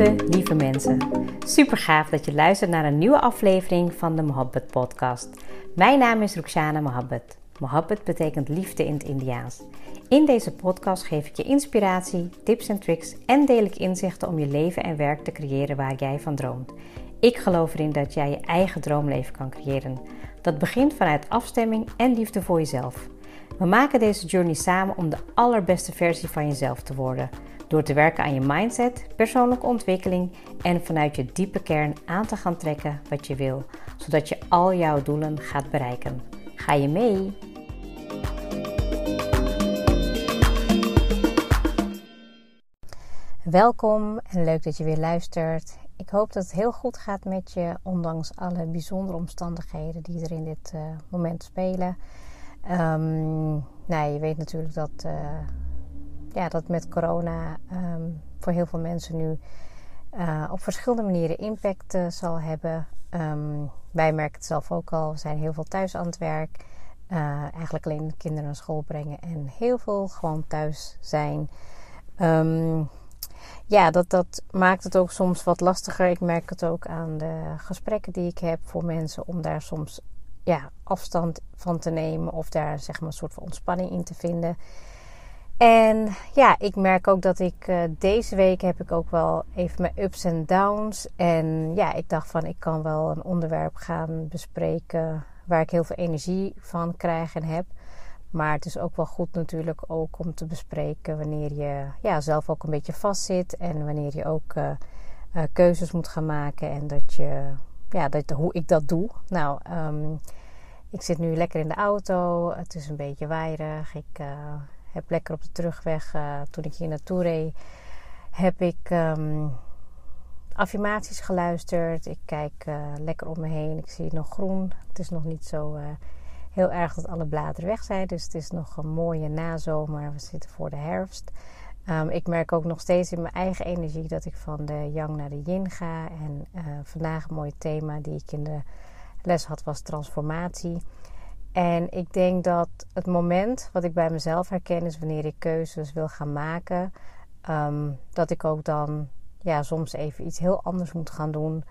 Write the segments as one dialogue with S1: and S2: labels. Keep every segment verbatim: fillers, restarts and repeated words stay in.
S1: Lieve, lieve mensen. Super gaaf dat je luistert naar een nieuwe aflevering van de Mohabbat podcast. Mijn naam is Rukhsana Mohabbat. Mohabbat betekent liefde in het Indiaans. In deze podcast geef ik je inspiratie, tips en tricks en deel ik inzichten om je leven en werk te creëren waar jij van droomt. Ik geloof erin dat jij je eigen droomleven kan creëren. Dat begint vanuit afstemming en liefde voor jezelf. We maken deze journey samen om de allerbeste versie van jezelf te worden. Door te werken aan je mindset, persoonlijke ontwikkeling en vanuit je diepe kern aan te gaan trekken wat je wil. Zodat je al jouw doelen gaat bereiken. Ga je mee? Welkom en leuk dat je weer luistert. Ik hoop dat het heel goed gaat met je, ondanks alle bijzondere omstandigheden die er in dit uh, moment spelen. Um, nou, je weet natuurlijk dat, uh, ja, dat met corona um, voor heel veel mensen nu uh, op verschillende manieren impact uh, zal hebben. Um, wij merken het zelf ook al. We zijn heel veel thuis aan het werk. Uh, eigenlijk alleen de kinderen naar school brengen en heel veel gewoon thuis zijn. Um, Ja, dat, dat maakt het ook soms wat lastiger. Ik merk het ook aan de gesprekken die ik heb voor mensen om daar soms ja, afstand van te nemen of daar zeg maar een soort van ontspanning in te vinden. En ja, ik merk ook dat ik uh, deze week heb ik ook wel even mijn ups en downs. En ja, ik dacht van ik kan wel een onderwerp gaan bespreken waar ik heel veel energie van krijg en heb. Maar het is ook wel goed natuurlijk ook om te bespreken wanneer je ja, zelf ook een beetje vastzit. En wanneer je ook uh, uh, keuzes moet gaan maken. En dat je, ja, dat, hoe ik dat doe. Nou, um, ik zit nu lekker in de auto. Het is een beetje waaierig. Ik uh, heb lekker op de terugweg, uh, toen ik hier naartoe reed, heb ik um, affirmaties geluisterd. Ik kijk uh, lekker om me heen. Ik zie nog groen. Het is nog niet zo... Uh, Heel erg dat alle bladeren weg zijn. Dus het is nog een mooie nazomer. We zitten voor de herfst. Um, ik merk ook nog steeds in mijn eigen energie dat ik van de yang naar de yin ga. En uh, vandaag een mooi thema die ik in de les had was transformatie. En ik denk dat het moment wat ik bij mezelf herken is wanneer ik keuzes wil gaan maken. Um, dat ik ook dan ja, soms even iets heel anders moet gaan doen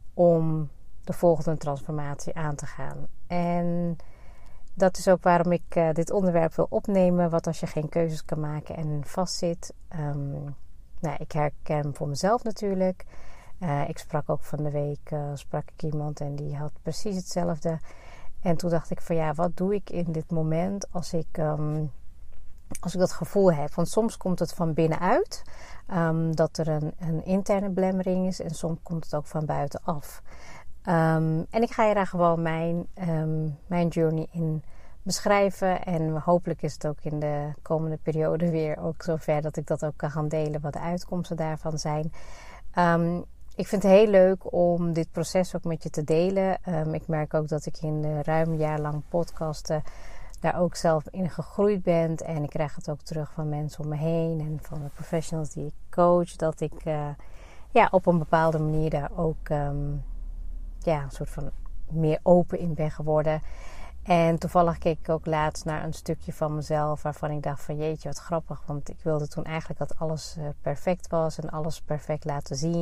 S1: om de volgende transformatie aan te gaan. En dat is ook waarom ik uh, dit onderwerp wil opnemen. Wat als je geen keuzes kan maken en vastzit. Um, nou, ik herken voor mezelf natuurlijk. Uh, ik sprak ook van de week uh, sprak ik iemand en die had precies hetzelfde. En toen dacht ik van ja, wat doe ik in dit moment als ik, um, als ik dat gevoel heb? Want soms komt het van binnenuit. Um, dat er een, een interne belemmering is. En soms komt het ook van buitenaf. Um, en ik ga je daar gewoon mijn, um, mijn journey in beschrijven. En hopelijk is het ook in de komende periode weer ook zover dat ik dat ook kan gaan delen. Wat de uitkomsten daarvan zijn. Um, ik vind het heel leuk om dit proces ook met je te delen. Um, ik merk ook dat ik in de ruim een jaar lang podcasten daar ook zelf in gegroeid ben. En ik krijg het ook terug van mensen om me heen. En van de professionals die ik coach. Dat ik uh, ja, op een bepaalde manier daar ook... Um, ja, een soort van meer open in ben geworden. En toevallig keek ik ook laatst naar een stukje van mezelf waarvan ik dacht van jeetje, wat grappig. Want ik wilde toen eigenlijk dat alles uh, perfect was en alles perfect laten zien.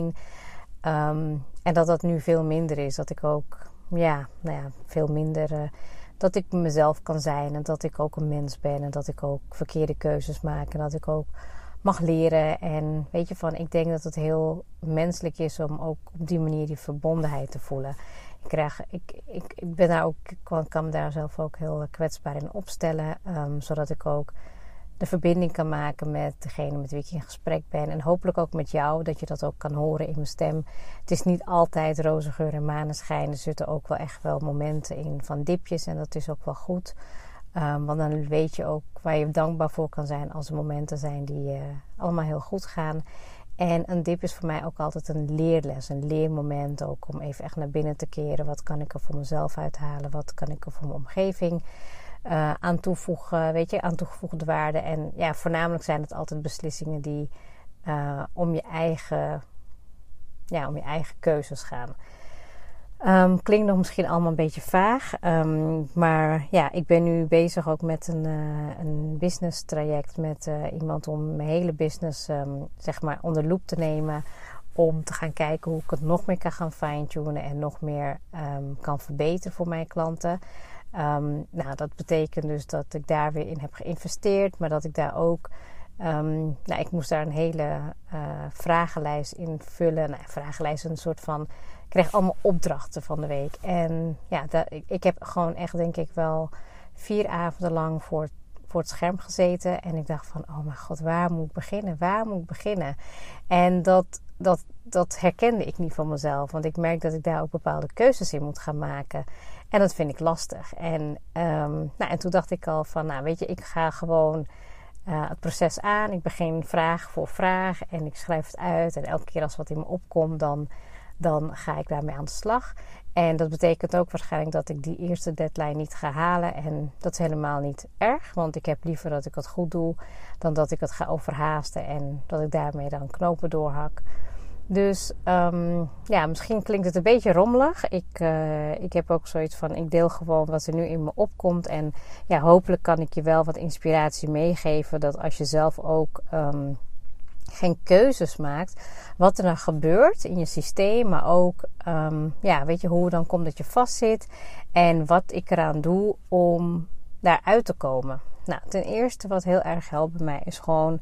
S1: Um, en dat dat nu veel minder is. Dat ik ook, ja, nou ja, veel minder... Uh, dat ik mezelf kan zijn en dat ik ook een mens ben. En dat ik ook verkeerde keuzes maak en dat ik ook mag leren. En weet je van, ik denk dat het heel menselijk is om ook op die manier die verbondenheid te voelen. Ik, krijg, ik, ik, ik ben daar ook, kan, kan me daar zelf ook heel kwetsbaar in opstellen. Um, zodat ik ook de verbinding kan maken met degene met wie ik in gesprek ben. En hopelijk ook met jou, dat je dat ook kan horen in mijn stem. Het is niet altijd roze geur en maneschijn. Er zitten ook wel echt wel momenten in van dipjes. En dat is ook wel goed. Um, want dan weet je ook waar je dankbaar voor kan zijn als er momenten zijn die uh, allemaal heel goed gaan. En een dip is voor mij ook altijd een leerles, een leermoment ook om even echt naar binnen te keren. Wat kan ik er voor mezelf uithalen? Wat kan ik er voor mijn omgeving uh, aan toevoegen? Weet je, aan toegevoegde waarde. En ja, voornamelijk zijn het altijd beslissingen die uh, om je eigen, ja, om je eigen keuzes gaan. Um, klinkt nog misschien allemaal een beetje vaag. Um, maar ja, ik ben nu bezig ook met een, uh, een business traject met uh, iemand om mijn hele business um, zeg maar onder loep te nemen. om te gaan kijken hoe ik het nog meer kan gaan fine-tunen en nog meer um, kan verbeteren voor mijn klanten. Um, nou, dat betekent dus dat ik daar weer in heb geïnvesteerd, maar dat ik daar ook... Um, nou, ik moest daar een hele uh, vragenlijst in vullen. Nou, vragenlijst is een soort van... Ik kreeg allemaal opdrachten van de week. En ja, dat, ik, ik heb gewoon echt denk ik wel vier avonden lang voor, voor het scherm gezeten. En ik dacht van, oh mijn god, waar moet ik beginnen? Waar moet ik beginnen? En dat, dat, dat herkende ik niet van mezelf. Want ik merk dat ik daar ook bepaalde keuzes in moet gaan maken. En dat vind ik lastig. En, um, nou, en toen dacht ik al van, nou weet je, ik ga gewoon... Uh, het proces aan. Ik begin vraag voor vraag en ik schrijf het uit. En elke keer als wat in me opkomt, dan, dan ga ik daarmee aan de slag. En dat betekent ook waarschijnlijk dat ik die eerste deadline niet ga halen. En dat is helemaal niet erg. Want ik heb liever dat ik het goed doe dan dat ik het ga overhaasten. En dat ik daarmee dan knopen doorhak. Dus um, ja, misschien klinkt het een beetje rommelig. Ik, uh, ik heb ook zoiets van, ik deel gewoon wat er nu in me opkomt. En ja, hopelijk kan ik je wel wat inspiratie meegeven. Dat als je zelf ook um, geen keuzes maakt, wat er dan gebeurt in je systeem. Maar ook, um, ja, weet je hoe het dan komt dat je vastzit. En wat ik eraan doe om daaruit te komen. Nou, ten eerste wat heel erg helpt bij mij is gewoon...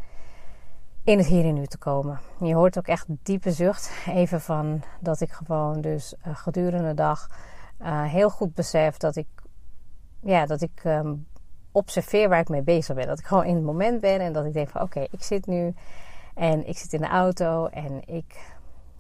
S1: in het hier en nu te komen. Je hoort ook echt diepe zucht. Even van dat ik gewoon dus uh, gedurende de dag uh, heel goed besef dat ik, ja, dat ik um, observeer waar ik mee bezig ben. Dat ik gewoon in het moment ben en dat ik denk van oké, okay, ik zit nu en ik zit in de auto en ik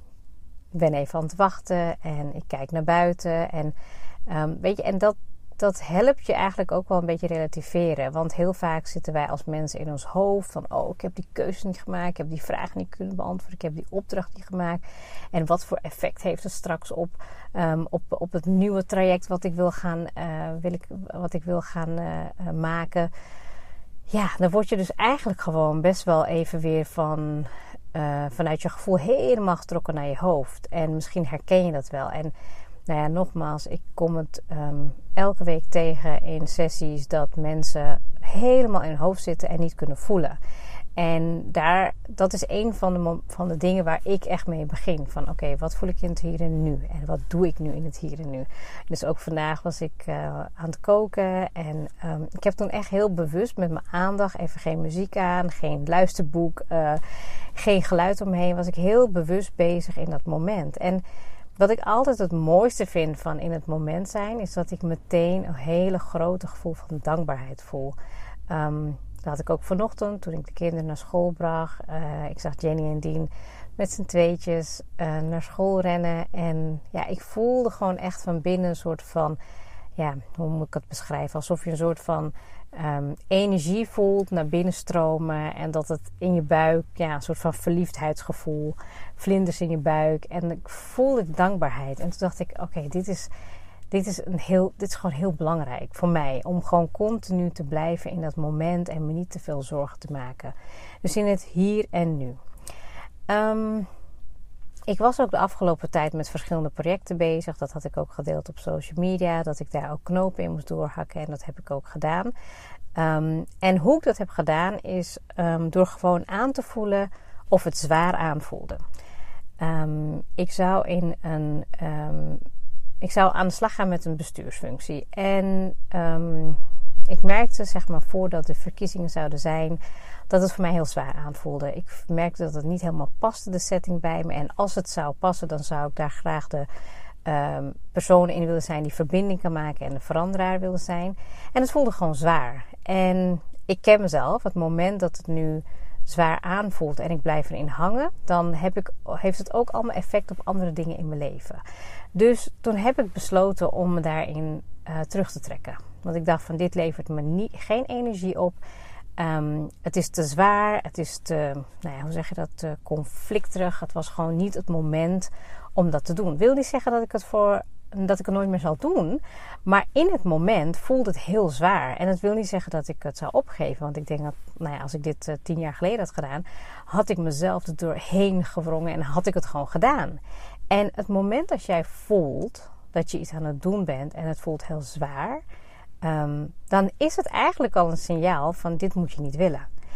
S1: ben even aan het wachten en ik kijk naar buiten. En um, weet je, en dat Dat helpt je eigenlijk ook wel een beetje relativeren. Want heel vaak zitten wij als mensen in ons hoofd. Van, oh, ik heb die keuze niet gemaakt. Ik heb die vraag niet kunnen beantwoorden. Ik heb die opdracht niet gemaakt. En wat voor effect heeft het straks op, um, op, op het nieuwe traject wat ik wil gaan, uh, wil ik, wat ik wil gaan uh, uh, maken. Ja, dan word je dus eigenlijk gewoon best wel even weer van, uh, vanuit je gevoel helemaal getrokken naar je hoofd. En misschien herken je dat wel. En nou ja, nogmaals, ik kom het um, elke week tegen in sessies dat mensen helemaal in hun hoofd zitten en niet kunnen voelen. En daar, dat is een van de, van de dingen waar ik echt mee begin. Van oké, okay, wat voel ik in het hier en nu? En wat doe ik nu in het hier en nu? Dus ook vandaag was ik uh, aan het koken. En um, ik heb toen echt heel bewust met mijn aandacht, even geen muziek aan, geen luisterboek, uh, geen geluid omheen. Was ik heel bewust bezig in dat moment. En wat ik altijd het mooiste vind van in het moment zijn, is dat ik meteen een hele grote gevoel van dankbaarheid voel. Um, dat had ik ook vanochtend toen ik de kinderen naar school bracht. Uh, ik zag Jenny en Dien met z'n tweetjes uh, naar school rennen. En ja, ik voelde gewoon echt van binnen een soort van, ja, hoe moet ik het beschrijven? Alsof je een soort van um, energie voelt naar binnen stromen. En dat het in je buik, ja, een soort van verliefdheidsgevoel, vlinders in je buik. En ik voelde dankbaarheid. En toen dacht ik, oké, okay, dit is... Dit is, een heel, dit is gewoon heel belangrijk voor mij. Om gewoon continu te blijven in dat moment. En me niet te veel zorgen te maken. Dus in het hier en nu. Um, ik was ook de afgelopen tijd met verschillende projecten bezig. Dat had ik ook gedeeld op social media. Dat ik daar ook knopen in moest doorhakken. En dat heb ik ook gedaan. Um, en hoe ik dat heb gedaan is um, door gewoon aan te voelen of het zwaar aanvoelde. Um, ik zou in een... Um, Ik zou aan de slag gaan met een bestuursfunctie. En um, ik merkte, zeg maar, voordat de verkiezingen zouden zijn, dat het voor mij heel zwaar aanvoelde. Ik merkte dat het niet helemaal paste, de setting bij me. En als het zou passen, dan zou ik daar graag de um, personen in willen zijn die verbinding kan maken en de veranderaar willen zijn. En het voelde gewoon zwaar. En ik ken mezelf, het moment dat het nu zwaar aanvoelt en ik blijf erin hangen, dan heb ik, heeft het ook allemaal effect op andere dingen in mijn leven. Dus toen heb ik besloten om me daarin uh, terug te trekken. Want ik dacht van, dit levert me niet, geen energie op. Um, het is te zwaar, het is te, nou ja, hoe zeg je dat, te conflicterig. Het was gewoon niet het moment om dat te doen. Wil niet zeggen dat ik het voor... dat ik het nooit meer zal doen. Maar in het moment voelt het heel zwaar. En het wil niet zeggen dat ik het zou opgeven. Want ik denk dat, nou ja, als ik dit uh, tien jaar geleden had gedaan, had ik mezelf er doorheen gewrongen en had ik het gewoon gedaan. En het moment dat jij voelt dat je iets aan het doen bent en het voelt heel zwaar, um, dan is het eigenlijk al een signaal van dit moet je niet willen.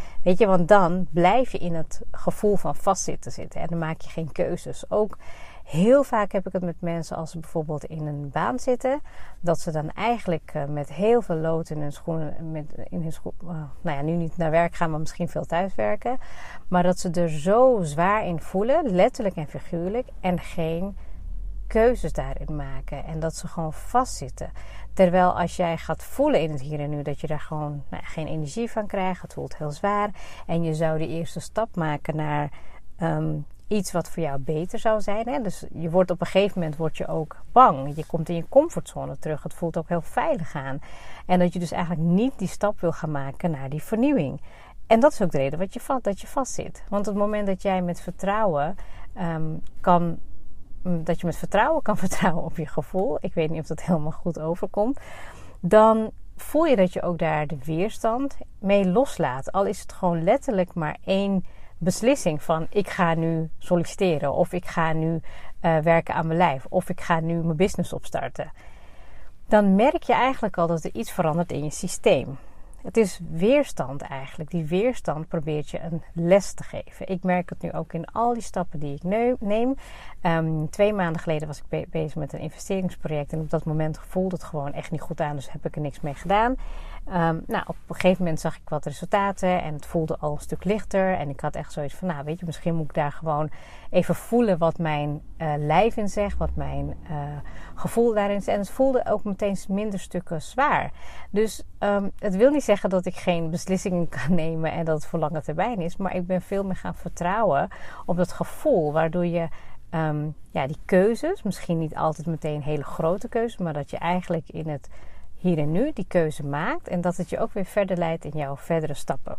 S1: Weet je, want dan blijf je in het gevoel van vastzitten zitten. En dan maak je geen keuzes. Ook heel vaak heb ik het met mensen als ze bijvoorbeeld in een baan zitten. Dat ze dan eigenlijk uh, met heel veel lood in hun schoenen, met, in hun scho- uh, nou ja, nu niet naar werk gaan, maar misschien veel thuiswerken. Maar dat ze er zo zwaar in voelen, letterlijk en figuurlijk. En geen keuzes daarin maken. En dat ze gewoon vastzitten. Terwijl als jij gaat voelen in het hier en nu, dat je daar gewoon nou, geen energie van krijgt. Het voelt heel zwaar. En je zou de eerste stap maken naar um, iets wat voor jou beter zou zijn. Hè? Dus je wordt op een gegeven moment word je ook bang. Je komt in je comfortzone terug. Het voelt ook heel veilig aan. En dat je dus eigenlijk niet die stap wil gaan maken naar die vernieuwing. En dat is ook de reden wat je, dat je vastzit. Want op het moment dat jij met vertrouwen um, kan... dat je met vertrouwen kan vertrouwen op je gevoel. Ik weet niet of dat helemaal goed overkomt. Dan voel je dat je ook daar de weerstand mee loslaat. Al is het gewoon letterlijk maar één beslissing van ik ga nu solliciteren. Of ik ga nu uh, werken aan mijn lijf. Of ik ga nu mijn business opstarten. Dan merk je eigenlijk al dat er iets verandert in je systeem. Het is weerstand eigenlijk. Die weerstand probeert je een les te geven. Ik merk het nu ook in al die stappen die ik neem. Um, twee maanden geleden was ik be- bezig met een investeringsproject. En op dat moment voelde het gewoon echt niet goed aan. Dus heb ik er niks mee gedaan. Um, nou, op een gegeven moment zag ik wat resultaten. En het voelde al een stuk lichter. En ik had echt zoiets van, nou weet je, misschien moet ik daar gewoon even voelen wat mijn uh, lijf in zegt. Wat mijn uh, gevoel daarin zegt. En het voelde ook meteen minder stukken zwaar. Dus um, het wil niet zeggen dat ik geen beslissingen kan nemen en dat het voor lange termijn is. Maar ik ben veel meer gaan vertrouwen op dat gevoel. Waardoor je um, ja, die keuzes, misschien niet altijd meteen hele grote keuzes. Maar dat je eigenlijk in het hier en nu die keuze maakt. En dat het je ook weer verder leidt in jouw verdere stappen.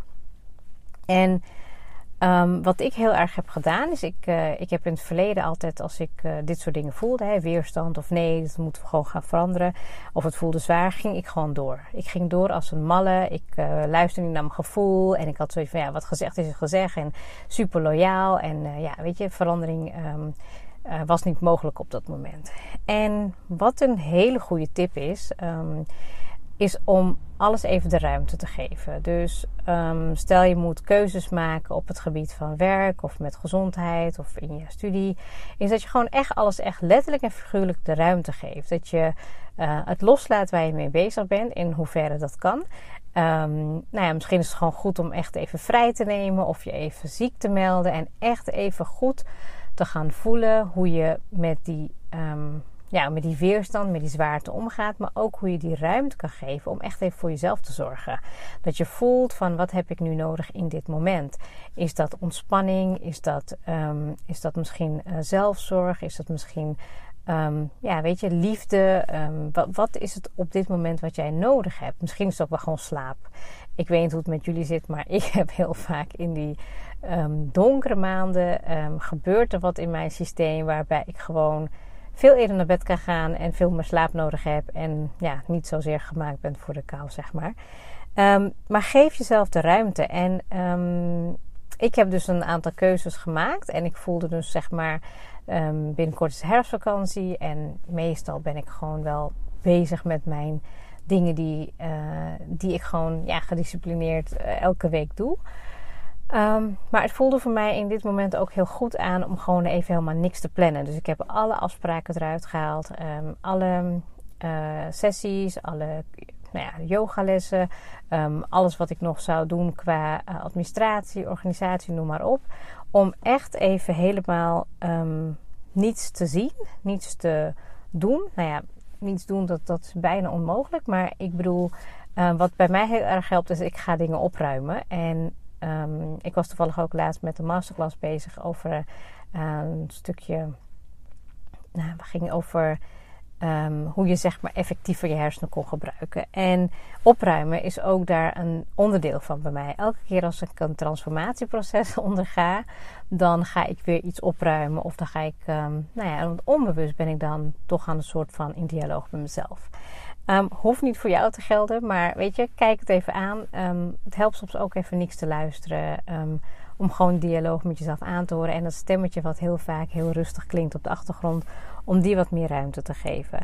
S1: En Um, wat ik heel erg heb gedaan is, ik, uh, ik heb in het verleden altijd als ik uh, dit soort dingen voelde, hè, weerstand of nee, dat moeten we gewoon gaan veranderen, of het voelde zwaar, ging ik gewoon door. Ik ging door als een malle, ik uh, luisterde niet naar mijn gevoel en ik had zoiets van, ja, wat gezegd is, is gezegd en super loyaal en uh, ja, weet je, verandering um, uh, was niet mogelijk op dat moment. En wat een hele goede tip is, um, is om alles even de ruimte te geven. Dus um, stel je moet keuzes maken op het gebied van werk of met gezondheid of in je studie. Is dat je gewoon echt alles echt letterlijk en figuurlijk de ruimte geeft. Dat je uh, het loslaat waar je mee bezig bent, in hoeverre dat kan. Um, nou ja, misschien is het gewoon goed om echt even vrij te nemen of je even ziek te melden. En echt even goed te gaan voelen hoe je met die... Um, Ja, met die weerstand, met die zwaarte omgaat. Maar ook hoe je die ruimte kan geven om echt even voor jezelf te zorgen. Dat je voelt van wat heb ik nu nodig in dit moment. Is dat ontspanning? Is dat, um, is dat misschien uh, zelfzorg? Is dat misschien, um, ja, weet je, liefde? Um, wat, wat is het op dit moment wat jij nodig hebt? Misschien is het ook wel gewoon slaap. Ik weet niet hoe het met jullie zit, maar ik heb heel vaak in die um, donkere maanden um, gebeurt er wat in mijn systeem waarbij ik gewoon veel eerder naar bed kan gaan en veel meer slaap nodig heb. En ja, niet zozeer gemaakt bent voor de kou, zeg maar. Um, maar geef jezelf de ruimte. En um, ik heb dus een aantal keuzes gemaakt. En ik voelde dus, zeg maar, um, binnenkort is herfstvakantie. En meestal ben ik gewoon wel bezig met mijn dingen die, uh, die ik gewoon ja, gedisciplineerd uh, elke week doe. Um, maar het voelde voor mij in dit moment ook heel goed aan om gewoon even helemaal niks te plannen. Dus ik heb alle afspraken eruit gehaald. Um, alle uh, sessies, alle nou ja, yogalessen. Um, alles wat ik nog zou doen qua uh, administratie, organisatie, noem maar op. Om echt even helemaal um, niets te zien, niets te doen. Nou ja, niets doen, dat, dat is bijna onmogelijk. Maar ik bedoel, uh, wat bij mij heel erg helpt is, ik ga dingen opruimen. En Um, ik was toevallig ook laatst met een masterclass bezig over uh, een stukje, nou, we gingen over um, hoe je zeg maar effectiever je hersenen kon gebruiken. En opruimen is ook daar een onderdeel van bij mij. Elke keer als ik een transformatieproces onderga, dan ga ik weer iets opruimen. Of dan ga ik, um, nou ja, onbewust ben ik dan toch aan een soort van in dialoog met mezelf. Um, hoeft niet voor jou te gelden, maar weet je, kijk het even aan. Um, het helpt soms ook even niks te luisteren. Um, om gewoon dialoog met jezelf aan te horen. En dat stemmetje wat heel vaak heel rustig klinkt op de achtergrond. Om die wat meer ruimte te geven.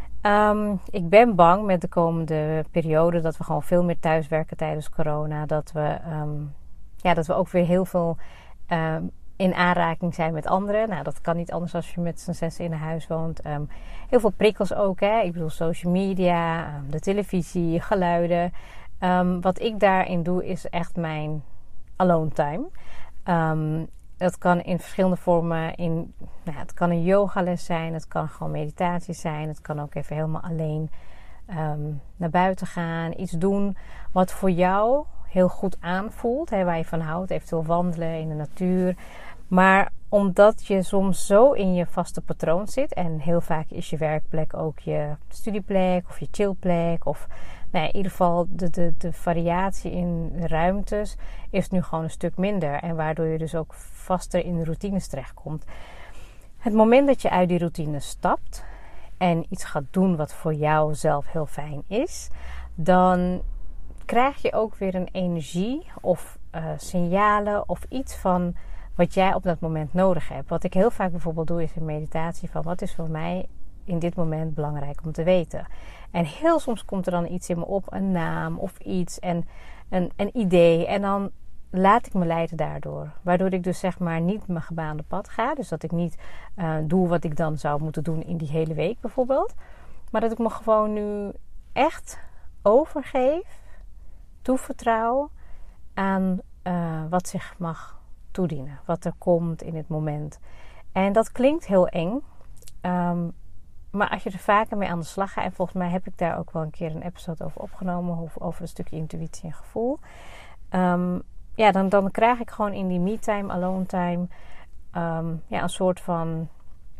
S1: Um, ik ben bang met de komende periode dat we gewoon veel meer thuiswerken tijdens corona. Dat we um, ja, dat we ook weer heel veel um, in aanraking zijn met anderen. Nou, dat kan niet anders als je met z'n zes in een huis woont. Um, heel veel prikkels ook, hè. Ik bedoel social media, um, de televisie, geluiden. Um, wat ik daarin doe is echt mijn alone time. Um, dat kan in verschillende vormen. In, nou, het kan een yogales zijn. Het kan gewoon meditatie zijn. Het kan ook even helemaal alleen um, naar buiten gaan. Iets doen wat voor jou heel goed aanvoelt. Hè, waar je van houdt. Eventueel wandelen in de natuur. Maar omdat je soms zo in je vaste patroon zit. En heel vaak is je werkplek ook je studieplek. Of je chillplek. Of nou ja, in ieder geval de, de, de variatie in ruimtes is nu gewoon een stuk minder. En waardoor je dus ook vaster in de routines terechtkomt. Het moment dat je uit die routine stapt. En iets gaat doen wat voor jou zelf heel fijn is. Dan krijg je ook weer een energie of uh, signalen of iets van wat jij op dat moment nodig hebt. Wat ik heel vaak bijvoorbeeld doe is een meditatie van wat is voor mij in dit moment belangrijk om te weten. En heel soms komt er dan iets in me op, een naam of iets en een, een idee. En dan laat ik me leiden daardoor. Waardoor ik dus zeg maar niet mijn gebaande pad ga. Dus dat ik niet uh, doe wat ik dan zou moeten doen in die hele week bijvoorbeeld. Maar dat ik me gewoon nu echt overgeef, toevertrouw aan uh, wat zich mag toedienen. Wat er komt in het moment. En dat klinkt heel eng. Um, maar als je er vaker mee aan de slag gaat. En volgens mij heb ik daar ook wel een keer een episode over opgenomen. Over, over een stukje intuïtie en gevoel. Um, ja, dan, dan krijg ik gewoon in die me-time, alone time. Um, ja, een soort van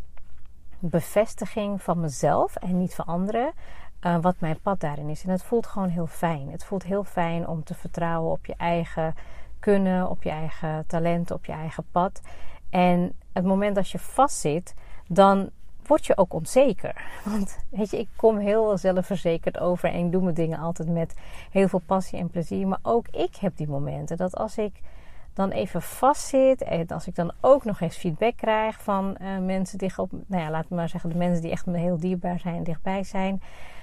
S1: bevestiging van mezelf. En niet van anderen. Uh, wat mijn pad daarin is. En het voelt gewoon heel fijn. Het voelt heel fijn om te vertrouwen op je eigen kunnen. Op je eigen talenten. Op je eigen pad. En het moment dat je vastzit. Dan word je ook onzeker. Want weet je, ik kom heel zelfverzekerd over. En ik doe mijn dingen altijd met heel veel passie en plezier. Maar ook ik heb die momenten. Dat als ik dan even vastzit. En als ik dan ook nog eens feedback krijg van uh, mensen die op. Nou ja, laat me maar zeggen. De mensen die echt me heel dierbaar zijn en dichtbij zijn.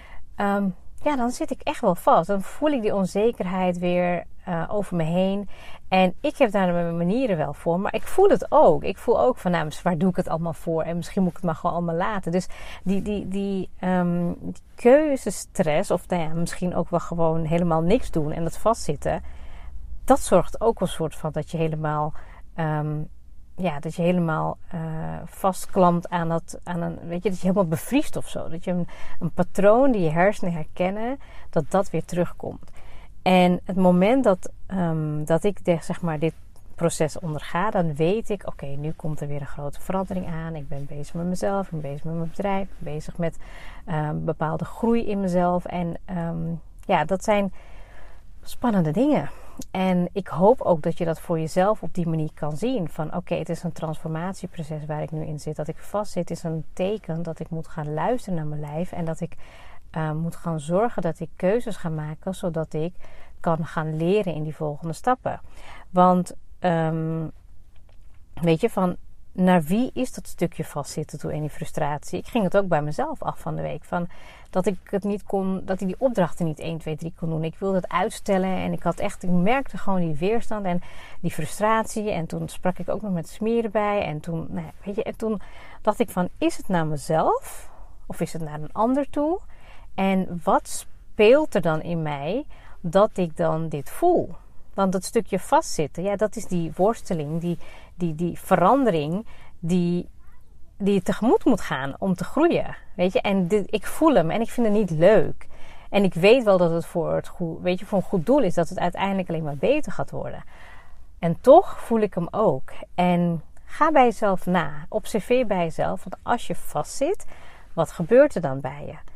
S1: Um, ja, dan zit ik echt wel vast. Dan voel ik die onzekerheid weer uh, over me heen. En ik heb daar mijn manieren wel voor. Maar ik voel het ook. Ik voel ook van, nou, waar doe ik het allemaal voor? En misschien moet ik het maar gewoon allemaal laten. Dus die, die, die, um, die keuzestress, of nou ja, misschien ook wel gewoon helemaal niks doen en dat vastzitten. Dat zorgt ook wel een soort van dat je helemaal... Um, Ja, dat je helemaal uh, vastklampt aan, dat, aan een, weet je, dat je helemaal bevriest of zo. Dat je een, een patroon die je hersenen herkennen, dat dat weer terugkomt. En het moment dat, um, dat ik de, zeg maar, dit proces onderga, dan weet ik, oké, okay, nu komt er weer een grote verandering aan. Ik ben bezig met mezelf, ik ben bezig met mijn bedrijf, ik ben bezig met uh, bepaalde groei in mezelf. En um, ja, dat zijn spannende dingen. En ik hoop ook dat je dat voor jezelf op die manier kan zien. Van oké, okay, het is een transformatieproces waar ik nu in zit. Dat ik vastzit is een teken dat ik moet gaan luisteren naar mijn lijf. En dat ik uh, moet gaan zorgen dat ik keuzes ga maken. Zodat ik kan gaan leren in die volgende stappen. Want um, weet je, van naar wie is dat stukje vastzitten toe en die frustratie? Ik ging het ook bij mezelf af van de week. Van dat ik het niet kon, dat ik die opdrachten niet één, twee, drie kon doen. Ik wilde het uitstellen en ik had echt, ik merkte gewoon die weerstand en die frustratie. En toen sprak ik ook nog met Smier erbij. En toen, nou ja, weet je, en toen dacht ik van, is het naar mezelf? Of is het naar een ander toe? En wat speelt er dan in mij dat ik dan dit voel? Want dat stukje vastzitten, ja, dat is die worsteling, die, die, die verandering die, die je tegemoet moet gaan om te groeien. Weet je, en dit, ik voel hem en ik vind het niet leuk. En ik weet wel dat het voor, het goed, weet je, voor een goed doel is, dat het uiteindelijk alleen maar beter gaat worden. En toch voel ik hem ook. En ga bij jezelf na. Observeer bij jezelf, want als je vastzit, wat gebeurt er dan bij je?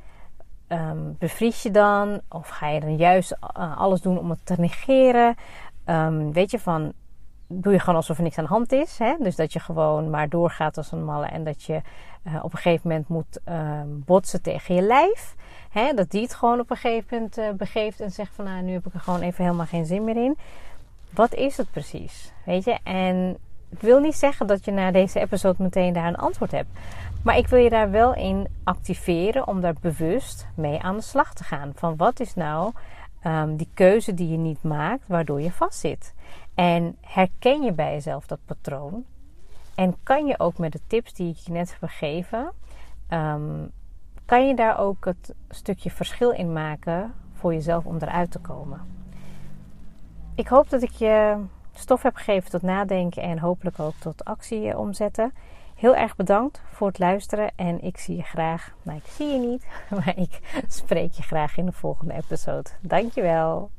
S1: Um, bevries je dan? Of ga je dan juist uh, alles doen om het te negeren? Um, weet je, van doe je gewoon alsof er niks aan de hand is. Hè? Dus dat je gewoon maar doorgaat als een malle. En dat je uh, op een gegeven moment moet uh, botsen tegen je lijf. Hè? Dat die het gewoon op een gegeven moment uh, begeeft. En zegt van nou, nu heb ik er gewoon even helemaal geen zin meer in. Wat is het precies? Weet je? En ik wil niet zeggen dat je na deze episode meteen daar een antwoord hebt. Maar ik wil je daar wel in activeren om daar bewust mee aan de slag te gaan. Van wat is nou um, die keuze die je niet maakt, waardoor je vastzit. En herken je bij jezelf dat patroon? En kan je ook met de tips die ik je net heb gegeven, um, kan je daar ook het stukje verschil in maken voor jezelf om eruit te komen? Ik hoop dat ik je stof heb gegeven tot nadenken en hopelijk ook tot actie omzetten. Heel erg bedankt voor het luisteren en ik zie je graag, nou ik zie je niet, maar ik spreek je graag in de volgende episode. Dankjewel.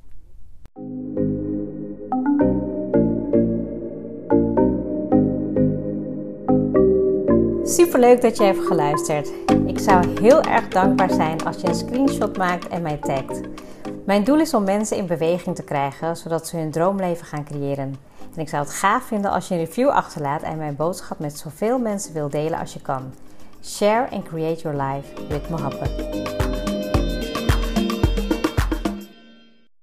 S1: Superleuk dat je hebt geluisterd. Ik zou heel erg dankbaar zijn als je een screenshot maakt en mij tagt. Mijn doel is om mensen in beweging te krijgen, zodat ze hun droomleven gaan creëren. En ik zou het gaaf vinden als je een review achterlaat en mijn boodschap met zoveel mensen wil delen als je kan. Share and create your life with Mohabbat.